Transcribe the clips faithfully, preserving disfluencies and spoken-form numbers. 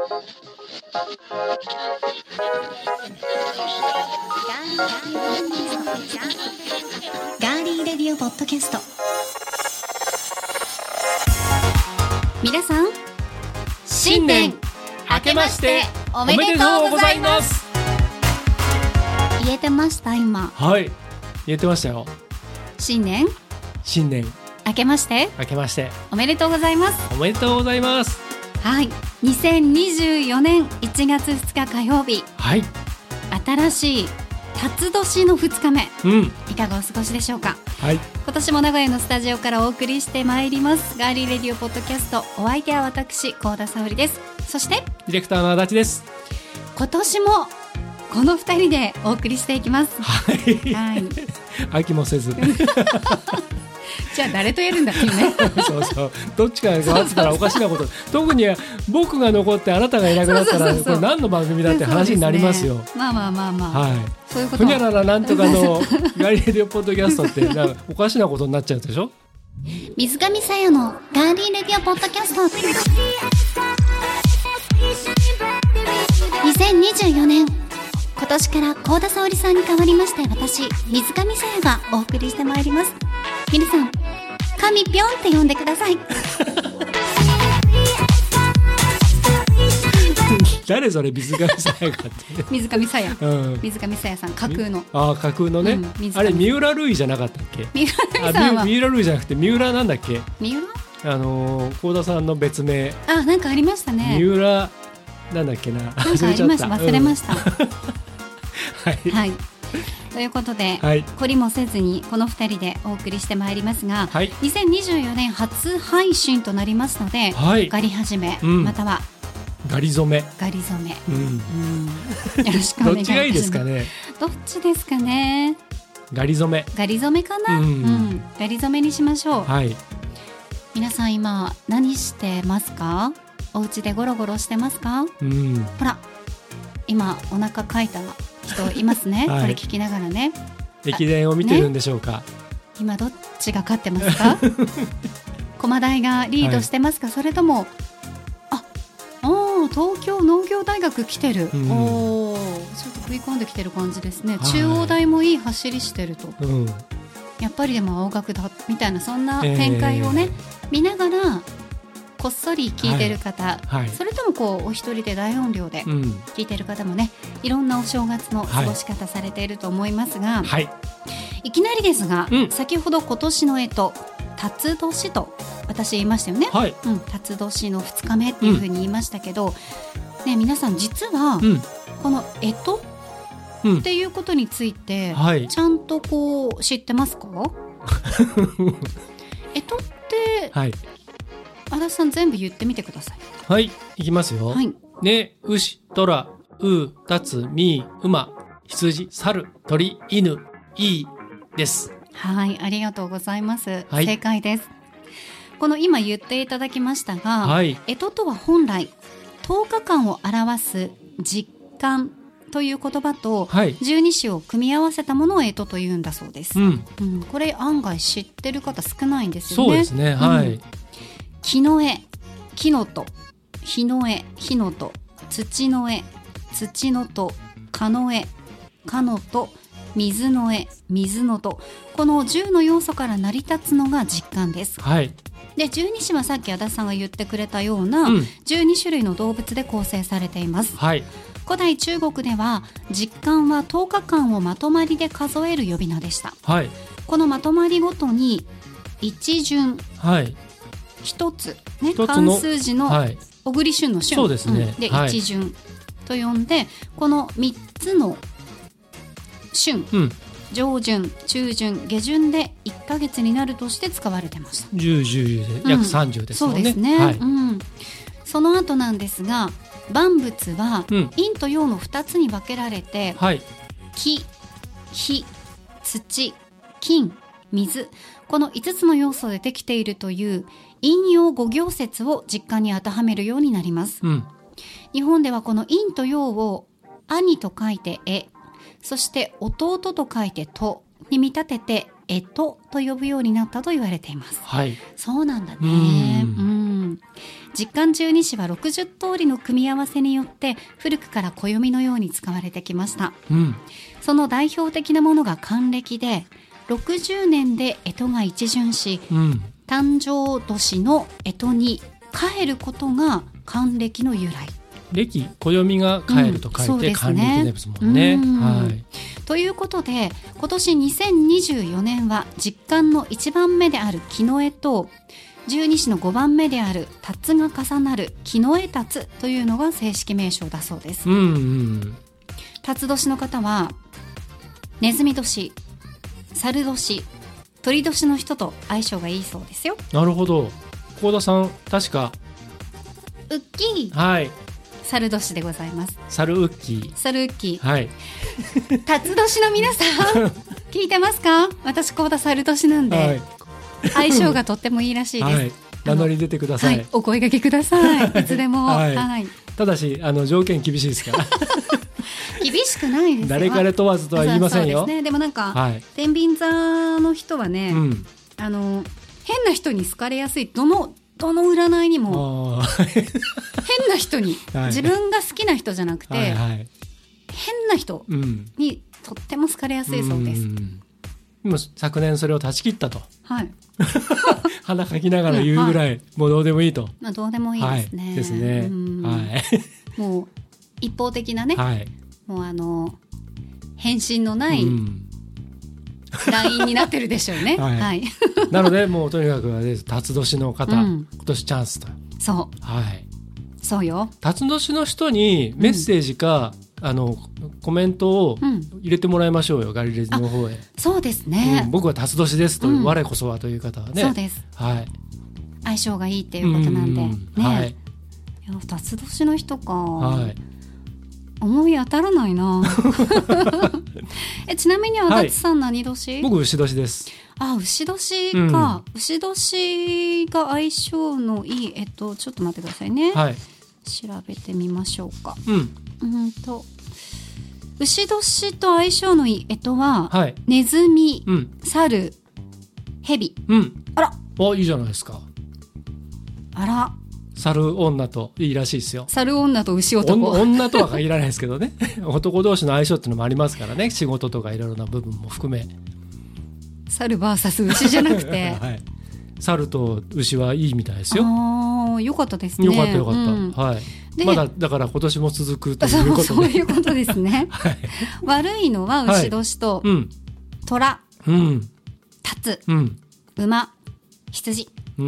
ガーリーレディオポッドキャスト。皆さん新年明けましておめでとうございます。言えてました今？ はい、言えてましたよ。 新年新年明けまして明けましておめでとうございます。 おめでとうございます。 はい、にせんにじゅうよねんいちがつふつか火曜日、 はい、 新しい辰年のふつかめ、 うん、 いかがお過ごしでしょうか。 はい、 今年も名古屋のスタジオからお送りしてまいりますガーリーレディオポッドキャスト。お相手は私幸田沙織です。そしてディレクターの足立です。 今年もこのふたりでお送りしていきます。 はい、 はい、 飽きもせずじゃあ誰とやるんだっていうねそうそう、どっちかが変わってたらおかしなこと特に僕が残ってあなたがいなくなったらそうそうそうそう、 これ何の番組だって話になりますよ。 そうですね、まあまあまあまあ、 はい、 そういうこと。 ふにゃららなんとかのガーリーレディオポッドキャストってなんかおかしなことになっちゃうでしょ。 水上さやのガーリーレディオポッドキャスト。にせんにじゅうよねん、今年から幸田沙織さんに代わりまして、私水上さやがお送りしてまいります。皆さん神ぴょんって呼んでください誰それ水上さやがって水上さや、 うん、 水上さやさん、架空の。 ああ、架空のね、うん、あれ三浦瑠麗じゃなかったっけ。 三浦瑠麗さんは三浦瑠麗じゃなくて三浦なんだっけ。 三浦、 あの幸田さんの別名。 あ、なんかありましたね。 三浦なんだっけな、 なんかありました、忘れました、うん、 はい、 はい、ということで、はい、懲りもせずにこのふたりでお送りしてまいりますが、はい、にせんにじゅうよねん初配信となりますので、はい、ガリ始め、うん、またはガリ染めガリ染め、 うんうん、よろしくお願いいたします。 どっちがいいですかね。 どっちですかね。 ガリ染めガリ染めかな、うんうん、ガリ染めにしましょう、はい、皆さん今何してますか。お家でゴロゴロしてますか、うん、ほら今お腹かいた人いますね、はい、これ聞きながらね、 駅伝を見てるんでしょうか、ね、 今どっちが勝ってますか駒大がリードしてますか、はい、それともあお東京農業大学来てる、うん、おちょっと食い込んできてる感じですね、はい、中央大もいい走りしてると、うん、やっぱりでも青学だみたいな、そんな展開をね、えー、見ながらこっそり聞いてる方、はいはい、それともこうお一人で大音量で聞いてる方もね、うん、いろんなお正月の過ごし方されていると思いますが、はい、いきなりですが、うん、先ほど今年の干支辰年と私言いましたよね、はい、うん、辰年のふつかめっていうふうに言いましたけど、うんね、皆さん実は、うん、この干支っていうことについて、うん、はい、ちゃんとこう知ってますか干支って、はい、足立さん全部言ってみてください。はい、 いきますよ。はい、ね、牛、とら、う、たつ、み、馬、羊、猿、鳥、犬、いいです。 はい、ありがとうございます。はい、正解です。この今言っていただきましたが、はい、干支とは本来とおかかんを表す実感という言葉と、はい、十二支を組み合わせたものを干支というんだそうです、うんうん、これ案外知ってる方少ないんですよね。 そうですね、はい、うん、 木の絵、木のと、火の絵、火のと、土の絵、土のと、かの絵、かのと、水の絵、水のと、このじゅうの要素から成り立つのが実感です。はい、で十二支はさっき足立さんが言ってくれたような、うん、じゅうにしゅるいの動物で構成されています。はい、古代中国では実感はとおかかんをまとまりで数える呼び名でした。はい、このまとまりごとに一巡、はい、一つ、ね、漢数字の小栗旬の旬、そうですね、うん、で、はい、一巡と呼んで、このみっつの旬、うん、上旬、中旬、下旬でいっかげつになるとして使われてました。 じゅう、じゅうで約さんじゅうですもんね、うん、そうですね、はい、うん、その後なんですが、万物は陰と陽のふたつに分けられて、はい、木、火、土、金、水、このいつつの要素でできているという陰陽五行説を実感に当てはめるようになります、うん、日本ではこの陰と陽を兄と書いて絵、そして弟と書いてとに見立てて干支と呼ぶようになったと言われています。はい、そうなんだね。うん、うん、 実感十二支はろくじゅう通りの組み合わせによって古くから暦のように使われてきました、うん、その代表的なものが還暦で、ろくじゅうねんで干支が一巡し、うん、誕生年の干支に帰ることが還暦の由来。 暦、暦が帰ると書いて還暦ですもんね、うん、はい、 ということで今年にせんにじゅうよねんは実感のいちばんめである木の絵と十二支のごばんめである辰が重なる木の絵辰というのが正式名称だそうです、うんうん、辰年の方はネズミ年、猿年、鳥年の人と相性がいいそうですよ。 なるほど。幸田さん確かウッキー、 はい、 猿年でございます。 猿ウッキー、 猿ウッキー、 はい、 辰年の皆さん聞いてますか？私幸田猿年なんで、はい、相性がとってもいいらしいです、はい、 名乗り出てください、 はい、お声掛けくださいいつでも、はいはい、 ただしあの条件厳しいですから厳しくないですよ。 誰彼問わずとは言いませんよ。 そうですね、でもなんか、はい、天秤座の人はね、うん、あの変な人に好かれやすい。どのどの占いにも変な人に、はい、自分が好きな人じゃなくて、はいはい、変な人にとっても好かれやすいそうです、うん、 でも昨年それを断ち切ったと、 はい、 鼻かきながら言うぐらい、はい、もうどうでもいいと、 まあ、どうでもいいですね、 はい、ですね、うん、はい、 もう一方的なね、はい、もうあの返信のない、うん、ライン になってるでしょうね、はいはい、 なのでもうとにかく辰年の方、うん、今年チャンスと。 そう、はい、そうよ。 辰年の人にメッセージか、うん、あのコメントを入れてもらいましょうよ、うん、ガリレジの方へ。 そうですね、 うん、僕は辰年ですと、うん、我こそはという方はね、 そうです、 はい、 相性がいいっていうことなんで、うんね、はい、いや辰年の人か、はい、思い当たらないなえちなみに足立さん何年？はい、 僕牛年です。 あ、牛年か、うん、牛年が相性のいい、えっとちょっと待ってくださいね、はい、調べてみましょうか、うん、うんと牛年と相性のいい干支は、はい、ネズミ、うん、猿、ヘビ、うん、あら、 あ、いいじゃないですか。 あら、 猿女といいらしいですよ。 猿女と牛男。 女とは限らないですけどね男同士の相性っていうのもありますからね、仕事とかいろいろな部分も含め。 猿 ブイエス 牛じゃなくて、 はい、猿と牛はいいみたいですよ。 ああ、よかったですね。 よかったよかった、うん、はい、まだだから今年も続くということで。 そう、そういうことですね、はい、悪いのは牛年と、はい、うん、虎、うん、辰、うん、馬、羊、うん、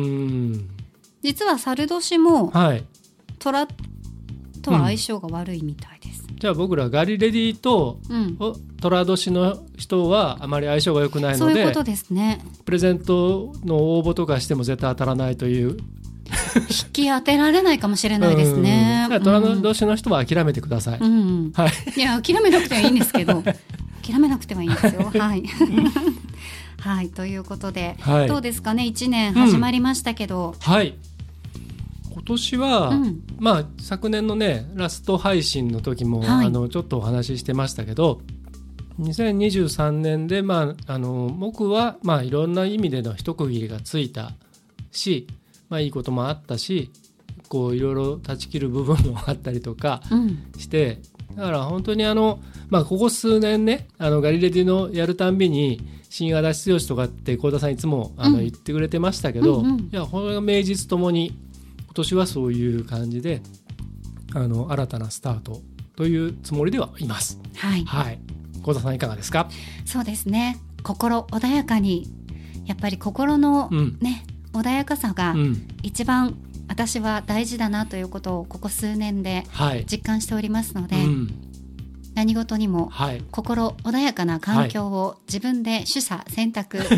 実は猿年も、はい、虎とは相性が悪いみたいです、うん、じゃあ僕らガリレディと、うん、虎年の人はあまり相性が良くないので、 そういうことですね。 プレゼントの応募とかしても絶対当たらないという引き当てられないかもしれないですね。 うん、虎年の人は諦めてください、うん、はい、 いや諦めなくてはいいんですけど諦めなくてはいいんですよはいはい、ということで、はい、どうですかね、いちねん始まりましたけど、うん、はい、 今年は、うん、まあ昨年のねラスト配信の時も、はい、あのちょっとお話ししてましたけど、にせんにじゅうさんねんで、まあ、あの僕は、まあ、いろんな意味での一区切りがついたし、まあ、いいこともあったし、こういろいろ断ち切る部分もあったりとかして、うん、だから本当にあの、まあ、ここ数年ね、あのガリレディのやるたんびに新足立剛とかって幸田さんいつもあの、うん、言ってくれてましたけど、うんうん、いやこれが名実ともに今年はそういう感じであの新たなスタートというつもりではいます。はい、はい、幸田さんいかがですか？ そうですね、心穏やかに、やっぱり心の、ね、うん、穏やかさが一番私は大事だなということをここ数年で実感しておりますので、はい、うん、何事にも心穏やかな環境を自分で取捨選択、はい、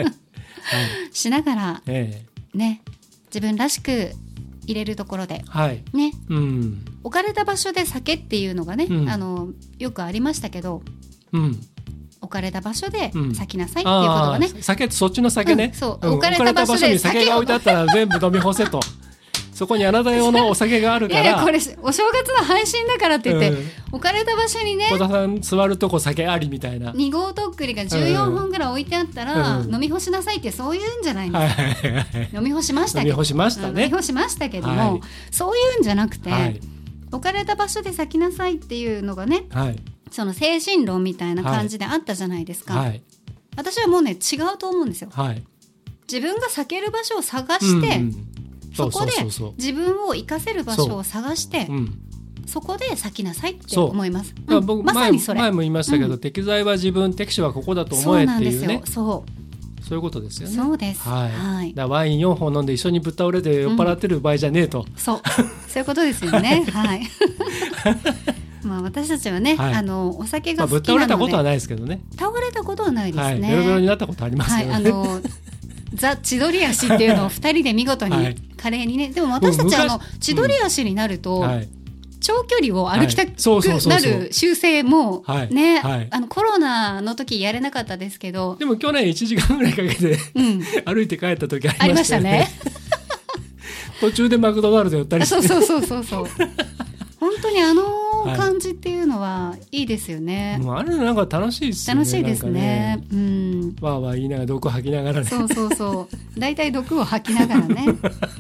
しながら、えーね、自分らしく入れるところで、はいね、うん、置かれた場所で酒っていうのがね、うん、あのよくありましたけど、うん、置かれた場所で咲きなさいっていうことがね、うん、 酒、そっちの酒ね、 うん、そう、置かれた場所で酒が置いてあったら全部飲み干せとそこにあなた用のお酒があるから、いやいや、 これお正月の配信だからって言って、うん、 置かれた場所にね、 小田さん座るとこ酒ありみたいなに号とっくりがじゅうよんほんぐらい置いてあったら、うん、飲み干しなさいってそういうんじゃないんですか、はいはいはい、飲み干しましたけど飲み干しましたね飲み干しましたけども、はい、そういうんじゃなくて、はい、置かれた場所で咲きなさいっていうのがね、はい、その精神論みたいな感じであったじゃないですか、はい、私はもうね違うと思うんですよ、はい、自分が咲ける場所を探して、うんうん、そこで自分を生かせる場所を探して、そこで咲きなさいって思います、 うん、僕まさにそれ 前, 前も言いましたけど、うん、適材は自分、適所はここだと思えっていうね、 そうそういうことですよね。 そうです、 はいはい、だワインよんほん飲んで一緒にぶっ倒れて酔っ払ってる場合じゃねえと、うん、 そうそういうことですよねはいまあ私たちはね、はい、あのお酒が好きなので、まあ、ぶっ倒れたことはないですけどね。 倒れたことはないですね、はい、 ベロベロになったことありますけどね、はい、あのザ・千鳥足っていうのをふたりで見事に華麗にね、はい、でも私たちはあの千鳥足になると、うんはい、長距離を歩きたくなる習性もね、はい、あのコロナの時やれなかったですけど、 でも去年いちじかんぐらいかけて、うん、歩いて帰った時ありましたよね。ありましたね途中でマクドナルド寄ったりして、 そうそうそうそうそう本当にあの感じっていうのはいいですよね、 はい、もうあれなんか楽しいですよね。 楽しいです ね, ね、うん、 わーわー言いながら毒吐きながらね、 そうそうそうだいたい毒を吐きながらね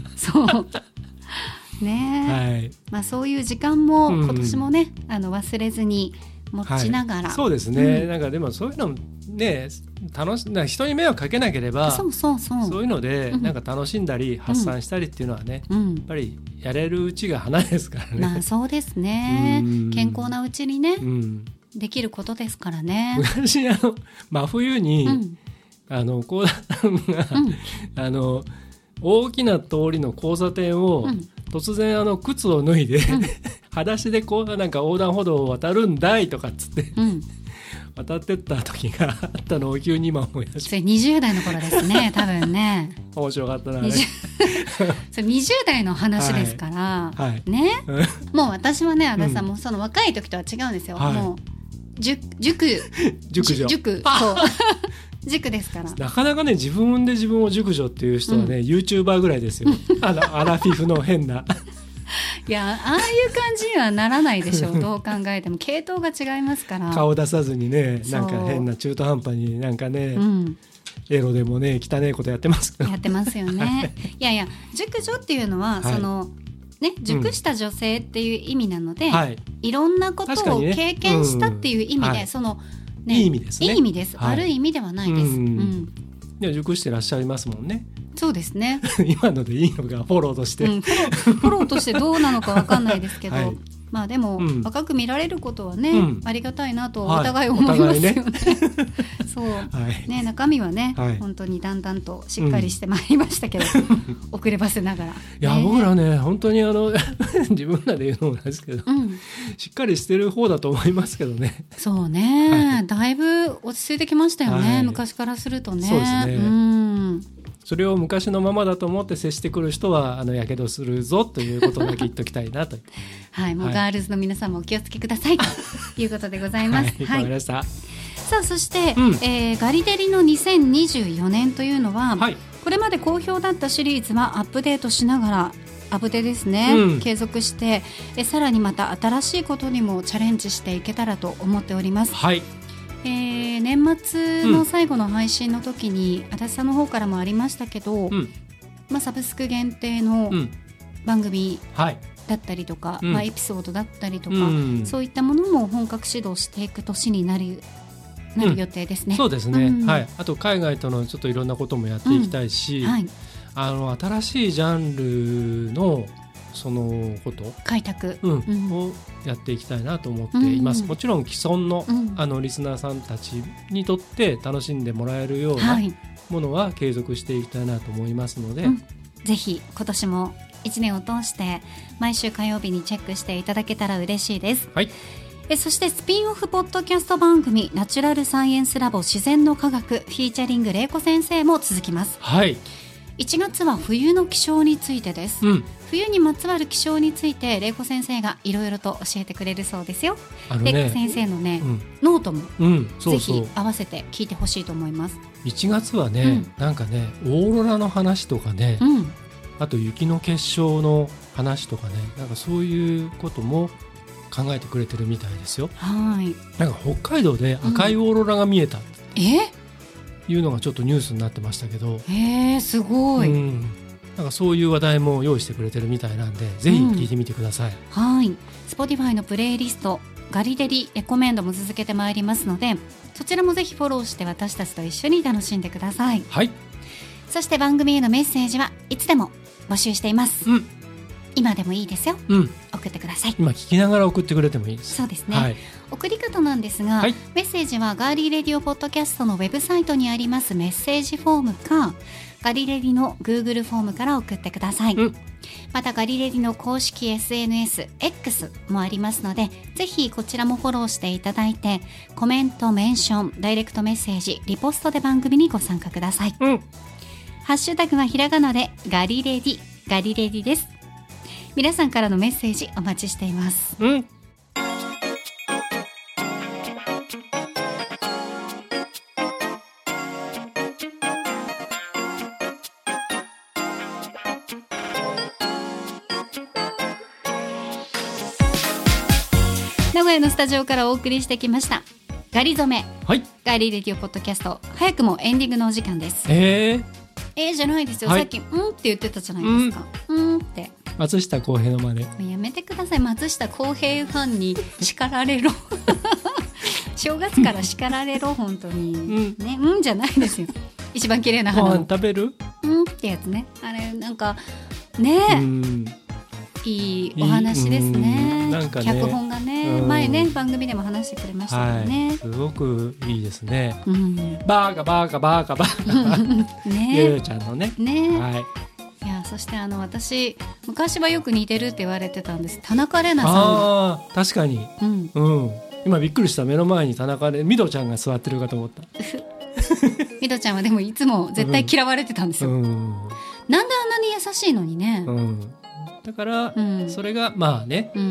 そうね、はいまあ、そういう時間も今年もね、うん、あの忘れずに持ちながら、 はい、そうですね、うん、なんかでもそういうのね楽しなんか人に迷惑かけなければそうそうそうそういうのでなんか楽しんだり発散したりっていうのはね、うん、やっぱりやれるうちが花ですからね、 まあ、そうですね、健康なうちにね、うん、できることですからね。 昔あの真冬に、うん、あの幸田さんが、うん、あの大きな通りの交差点を、うん、突然あの靴を脱いで、うん、裸足でこうなんか横断歩道を渡るんだいとかっつって、うん、渡ってった時があったのを急に今思い出して、 それにじゅう代の頃ですね多分ね面白かったなあれそれにじゅう代の話ですから、はいはい、ねもう私はね足立さんもその若い時とは違うんですよ、はい、もう塾塾塾女塾そう塾ですから。 なかなかね自分で自分を塾女っていう人はね、うん、YouTuber ぐらいですよあのアラフィフの変ないやああいう感じにはならないでしょうどう考えても系統が違いますから。 顔出さずにねなんか変な中途半端になんかね、うん、エロでもね汚いことやってますやってますよねいやいや塾女っていうのは、はい、そのね、熟した女性っていう意味なので、うんはい、いろんなことを経験したっていう意味で、ねうんはい、そのね、 いい意味ですね。 いい意味です、はい、悪い意味ではないです、うんうん、 いや熟してらっしゃいますもんね。 そうですね今のでいいのかフォローとして、うん、フォロー、 フォローとしてどうなのか分かんないですけど、はい、まあでも、うん、若く見られることはね、うん、ありがたいなとお互い思いますよね、はい、そう、はいね、中身はね、はい、本当にだんだんとしっかりしてまいりましたけど、うん、遅ればせながら、ね、 いや僕らね本当にあの自分らで言うのもなんですけど、うん、しっかりしてる方だと思いますけどね。 そうね、はい、だいぶ落ち着いてきましたよね、はい、昔からするとね。 そうですね、うんそれを昔のままだと思って接してくる人はあのやけどするぞということだけ言っときたいなとはい、もうガールズの皆さんもお気をつけくださいということでございます。 はい、わかりました。 さあそして、うんえー、ガリデリのにせんにじゅうよねんというのは、はい、これまで好評だったシリーズはアップデートしながらアブデですね、うん、継続してえさらにまた新しいことにもチャレンジしていけたらと思っております。 はいえー、年末の最後の配信の時に、うん、足立さんの方からもありましたけど、うんまあ、サブスク限定の番組だったりとか、うんまあ、エピソードだったりとか、うん、そういったものも本格始動していく年になる、なる予定ですね、 うん、そうですね、うんはい、あと海外とのちょっといろんなこともやっていきたいし、うんはい、あの新しいジャンルのそのこと開拓、 うんうん、をやっていきたいなと思っています、うん、もちろん既存 の,、うん、あのリスナーさんたちにとって楽しんでもらえるようなものは継続していきたいなと思いますので、はいうん、 ぜひ今年もいちねんを通して毎週火曜日にチェックしていただけたら嬉しいです、はい、えそしてスピンオフポッドキャスト番組ナチュラルサイエンスラボ自然の科学フィーチャリング玲子先生も続きます、 はいいちがつは冬の気象についてです、うん、冬にまつわる気象について玲子先生がいろいろと教えてくれるそうですよ。玲子、ね、先生のね、うん、ノートも、うん、そうそうぜひ合わせて聞いてほしいと思います。 いちがつはね、うん、なんかねオーロラの話とかね、うん、あと雪の結晶の話とかねなんかそういうことも考えてくれてるみたいですよ。 はい。 なんか北海道で赤いオーロラが見えた、うん、 えいうのがちょっとニュースになってましたけど、 へーすごい、 うん、なんかそういう話題も用意してくれてるみたいなんで、ぜひ聞いてみてください、 うん、はい。 Spotify のプレイリストガリレディレコメンドも続けてまいりますので、そちらもぜひフォローして私たちと一緒に楽しんでください。 はい。 そして番組へのメッセージはいつでも募集しています、うん、今でもいいですよ、うん、送ってください。 今聞きながら送ってくれてもいいです。 そうですね、はい、送り方なんですが、はい、メッセージはガーリーレディオポッドキャストのウェブサイトにありますメッセージフォームかガリレディの Google フォームから送ってください、うん、またガリレディの公式 エスエヌエス X もありますので、ぜひこちらもフォローしていただいて、コメント、メンション、ダイレクトメッセージ、リポストで番組にご参加ください、うん、ハッシュタグはひらがなでガリレディ、ガリレディです。皆さんからのメッセージお待ちしています、うん。名古屋のスタジオからお送りしてきましたガリ染め、はい、ガリレディオポッドキャスト、早くもエンディングのお時間です。 えー、 えー、じゃないですよ、はい、さっきうんって言ってたじゃないですか。うんって松下洸平の真似やめてください。松下洸平ファンに叱られろ正月から叱られろ本当に、うん、ね、うんじゃないですよ。一番綺麗な花ご飯食べるうんってやつね。あれなんかねえ、うんいいお話ですね。なんかね、脚本がね、うん、前ね番組でも話してくれましたよね、はい、 すごくいいですね、うん、バーカバーカバーカバーカねゆうちゃんのねね、はい、いやそしてあの私昔はよく似てるって言われてたんです、田中玲奈さん。 あー確かに、うんうん、今びっくりした。目の前に田中玲みどちゃんが座ってるかと思ったみどちゃんはでもいつも絶対嫌われてたんですよ、うん、なんであんなに優しいのにね、うんだから、うん、それがまあね、うん、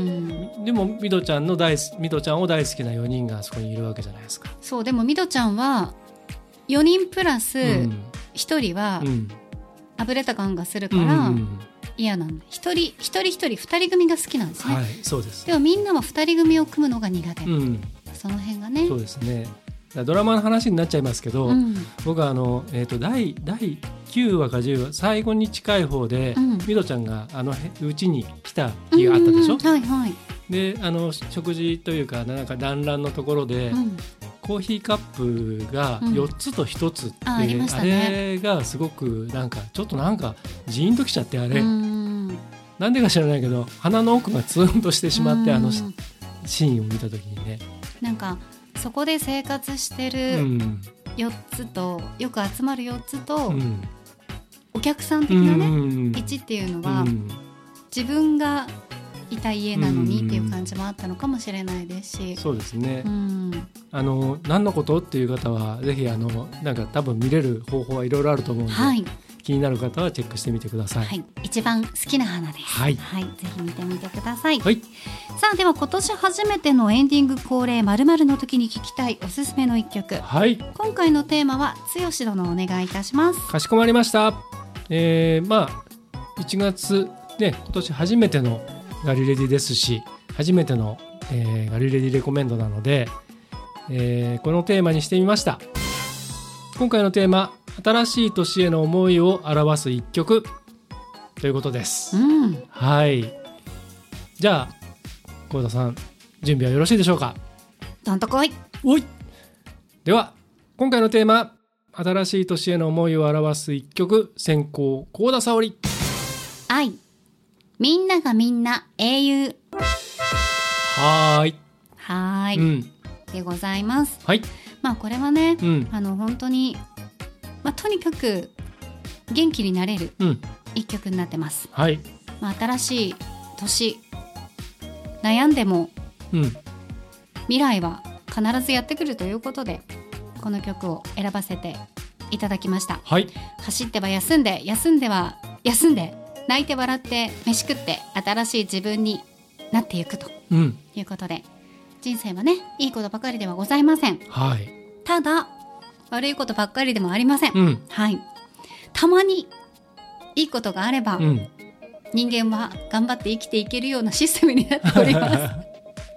でもみどちゃんの大みどちゃんを大好きなよにんがそこにいるわけじゃないですか。 そうでもみどちゃんはよにんプラスひとりはあぶれた感がするから嫌なんだ。一人一人一人ふたり組が好きなんですね、 はい、そうです。 でもみんなはふたり組を組むのが苦手、うん、その辺がね。 そうですね。ドラマの話になっちゃいますけど、うん、僕はあの、えーと、第, 第きゅうわかじゅうわ最後に近い方で、うん、みどちゃんがあのうちに来た日があったでしょ、 はいはい、 であの食事というかなんか団らんのところで、うん、コーヒーカップがよっつとひとつって、うん、あ, あ, ね、あれがすごくなんかちょっとなんかジーンときちゃって、あれうんなんでか知らないけど鼻の奥がツーンとしてしまって、あのシーンを見た時にね、 なんかそこで生活してるよっつと、うん、よく集まるよっつと、うん、お客さん的なね、うん、いちっていうのは、うん、自分がいた家なのにっていう感じもあったのかもしれないですし、 そうですね、うん、あの何のことっていう方はぜひあのなんか多分見れる方法はいろいろあると思うので、はい、気になる方はチェックしてみてください、 はい、一番好きな花です、 はいはい、ぜひ見てみてください、 はい、 さあでは今年初めてのエンディング恒例〇〇の時に聴きたいおすすめの一曲、 はい、 今回のテーマは剛殿お願いいたします。 かしこまりました、えー、まあいちがつ、ね、今年初めてのガリレディですし、初めての、えー、ガリレディレコメンドなので、えー、このテーマにしてみました。今回のテーマ、新しい年への思いを表す一曲ということです、うん、はい。じゃあ幸田さん準備はよろしいでしょうか。 どんとこい。 おい。では今回のテーマ、新しい年への思いを表す一曲、先行幸田沙織。 愛、みんながみんな英雄。 はーいはーい、うん、でございます。 はい。 まあこれはね、うん、あの本当に、まあ、とにかく元気になれる一曲になってます、 うん、はい。 まあ、新しい年悩んでも、うん、未来は必ずやってくるということでこの曲を選ばせていただきました、 はい。 走っては休んで、休んでは休んで、泣いて笑って飯食って新しい自分になっていくということで、うん、人生はねいいことばかりではございません、 はい。 ただ悪いことばっかりでもありません、 うん、 はい。たまにいいことがあれば、うん、人間は頑張って生きていけるようなシステムになっております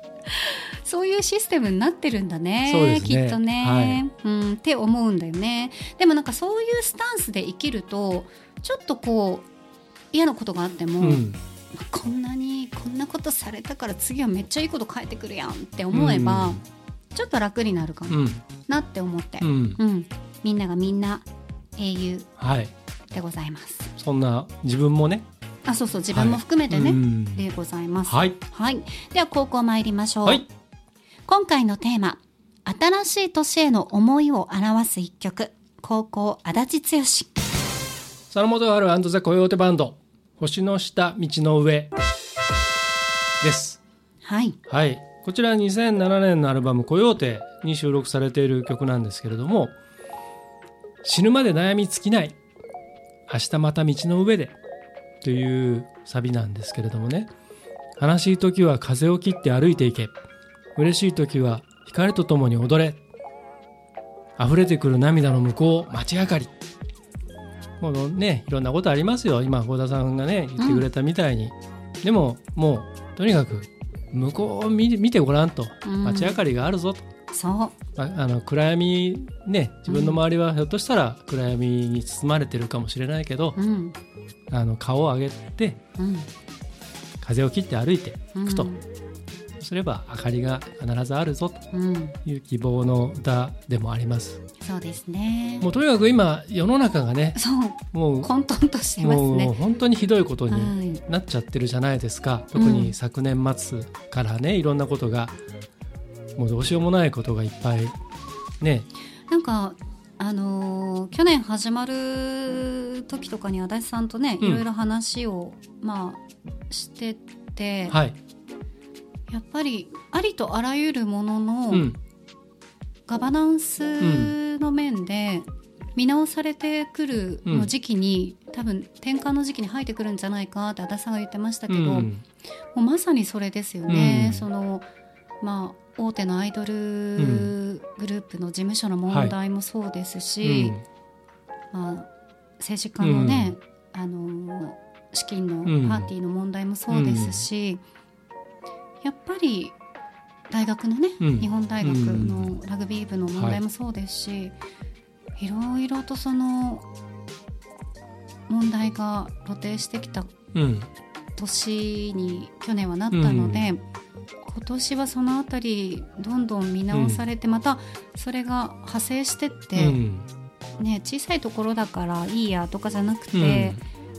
そういうシステムになってるんだね。 そうですね、 きっとね、はい、うん、って思うんだよね。でもなんかそういうスタンスで生きるとちょっとこう嫌なことがあっても、うん、こんなにこんなことされたから次はめっちゃいいこと返ってくるやんって思えば、うん、ちょっと楽になるかも、うん、なって思って、うんうん、みんながみんな英雄でございます、 はい、そんな自分もね、 あ、そうそう、自分も含めてね、はい、でございます、はいはい、では高校参りましょう、はい、今回のテーマ、新しい年への思いを表す一曲、高校足立剛。 佐野元春&ザコヨーテバンド、星の下道の上です。 はい、 はい、こちらにせんななねんのアルバムコヨーテに収録されている曲なんですけれども、死ぬまで悩み尽きない、明日また道の上でというサビなんですけれどもね、悲しい時は風を切って歩いていけ、嬉しい時は光とともに踊れ、溢れてくる涙の向こう街明かり。もうね、いろんなことありますよ、今郷田さんがね言ってくれたみたいに、うん、でももうとにかく向こうを 見, 見てごらんと、うん、街明かりがあるぞと。 そう、 あの暗闇ね、自分の周りはひょっとしたら暗闇に包まれてるかもしれないけど、うん、あの顔を上げて、うん、風を切って歩いていくと、うん、そうすれば明かりが必ずあるぞという希望の歌でもあります、 うん、そうですね。 もうとにかく今世の中がね、 そうもう混沌としてますね。 もう本当にひどいことになっちゃってるじゃないですか、はい、特に昨年末からね、いろんなことがもうどうしようもないことがいっぱいね。 なんかあのー、去年始まる時とかに足立さんとね、うん、いろいろ話を、まあ、してて、はい、やっぱりありとあらゆるものの、うん、ガバナンスの面で見直されてくるの時期に、うん、多分転換の時期に入ってくるんじゃないかって足立さんが言ってましたけど、うん、もうまさにそれですよね、うん、そのまあ大手のアイドルグループの事務所の問題もそうですし、はい、まあ、政治家のね、うん、あの資金のパーティーの問題もそうですし、うん、やっぱり大学のね、うん、日本大学のラグビー部の問題もそうですし、はい、いろいろとその問題が露呈してきた年に去年はなったので、うん、今年はそのあたりどんどん見直されて、うん、またそれが派生してって、うんね、小さいところだからいいやとかじゃなくて、うん、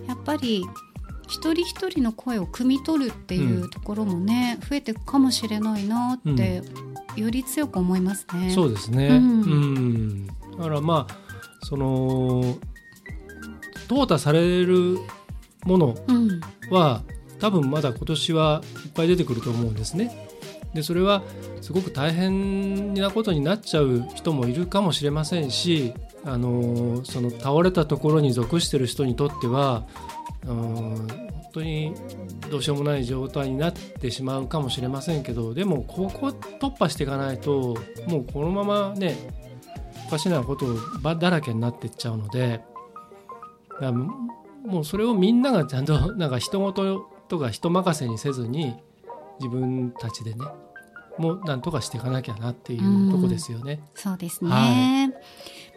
やっぱり一人一人の声を汲み取るっていうところもね、うん、増えていくかもしれないなって、うん、より強く思いますね。 そうですね、うんうん、だからまあその淘汰されるものは、うん、多分まだ今年はいっぱい出てくると思うんですね。でそれはすごく大変なことになっちゃう人もいるかもしれませんし、あのその倒れたところに属している人にとっては本当にどうしようもない状態になってしまうかもしれませんけど、でもここ突破していかないともうこのままねおかしなことだらけになっていっちゃうので、もうそれをみんながちゃんとなんか人事とか人任せにせずに自分たちでねもうなんとかしていかなきゃなっていうとこですよね。 そうですね、はい、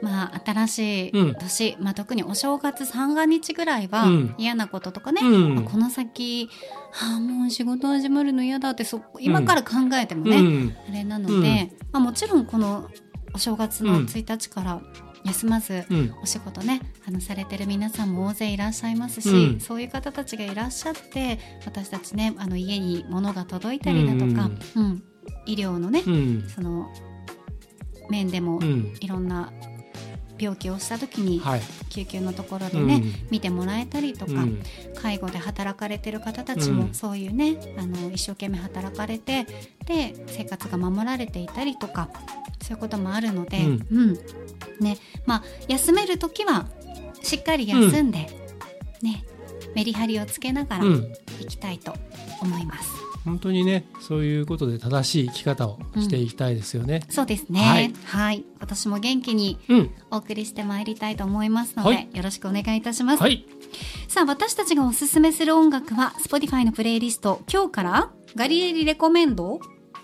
まあ、新しい年、うん、まあ、特にお正月三が日ぐらいは嫌なこととかね、うんまあ、この先、はあ、もう仕事始まるの嫌だってそ今から考えてもね、うん、あれなので、うんまあ、もちろんこのお正月のついたちから休まずお仕事ね、うん、あのされてる皆さんも大勢いらっしゃいますし、うん、そういう方たちがいらっしゃって私たちねあの家に物が届いたりだとか、うんうん、医療のね、うん、その面でもいろんな病気をした時に救急のところでね、うん、見てもらえたりとか、うん、介護で働かれてる方たちもそういうね、うん、あの一生懸命働かれてで生活が守られていたりとかそういうこともあるので、うんうんねまあ、休めるときはしっかり休んで、うんね、メリハリをつけながらいきたいと思います、 うん、本当にねそういうことで正しい生き方をしていきたいですよね、 うん、そうですね、はい、はい、今年も元気にお送りしてまいりたいと思いますので、うん、よろしくお願いいたします、はい、さあ私たちがおすすめする音楽は Spotify のプレイリスト今日からガリレディレコメンド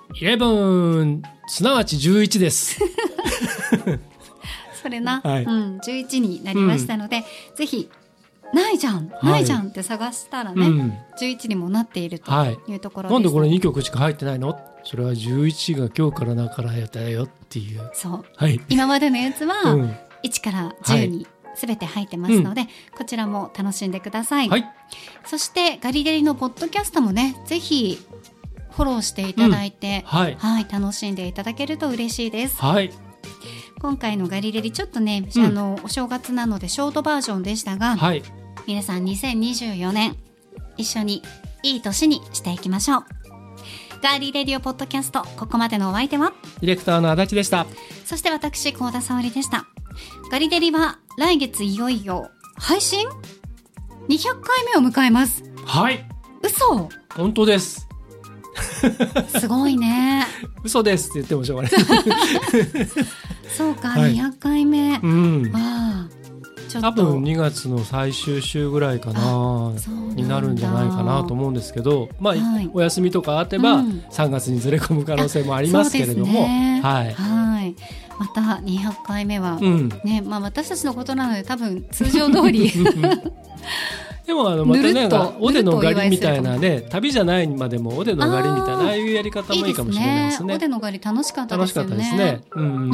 じゅういちすなわちじゅういちですそれな、 はい、 うん、じゅういちになりましたので、うん、ぜひないじゃん、はい、ないじゃんって探したらね、うん、じゅういちにもなっているというところです、 はい、なんでこれにきょくしか入ってないの？それはじゅういちが今日からだからやったよっていう。 そう、 はい、 今までのやつは、うん、いちからじゅうにすべて入ってますので、はい、こちらも楽しんでください、はい、そしてガリレリのポッドキャストもね、ぜひフォローしていただいて、うん、はいはい、楽しんでいただけると嬉しいです、はい、今回のガリレリちょっとね、うん、あのお正月なのでショートバージョンでしたが、はい、皆さんにせんにじゅうよねん一緒にいい年にしていきましょう。ガーリーレディオポッドキャスト、ここまでのお相手はディレクターの足立でした。 そして私幸田沙織でした。ガリレリは来月いよいよ配信にひゃっかいめを迎えます。 はい、 嘘、 本当です。 すごいね。 嘘ですって言ってもしょうがないそうか、はい、にひゃっかいめ、うん、あちょっと多分にがつの最終週ぐらいかなになるんじゃないかなと思うんですけど、まあ、はい、お休みとかあってば、うん、さんがつにずれ込む可能性もありますけれども、ね、はい、はい、 またにひゃっかいめは、うんね、まあ、私たちのことなので多分通常通りでもあのまたね、おでの狩りみたいなね、旅じゃないまでもおでの狩りみたいな、ああいうやり方もいいかもしれないですね。 おでの狩り楽しかったですよね。 楽しかったですね。うんうんうんうん、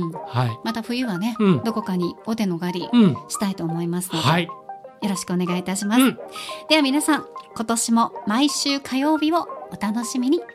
はい。 また冬はね、うん、どこかにおでの狩りしたいと思いますので、うん、はい、よろしくお願いいたします、うん、では皆さん、今年も毎週火曜日をお楽しみに。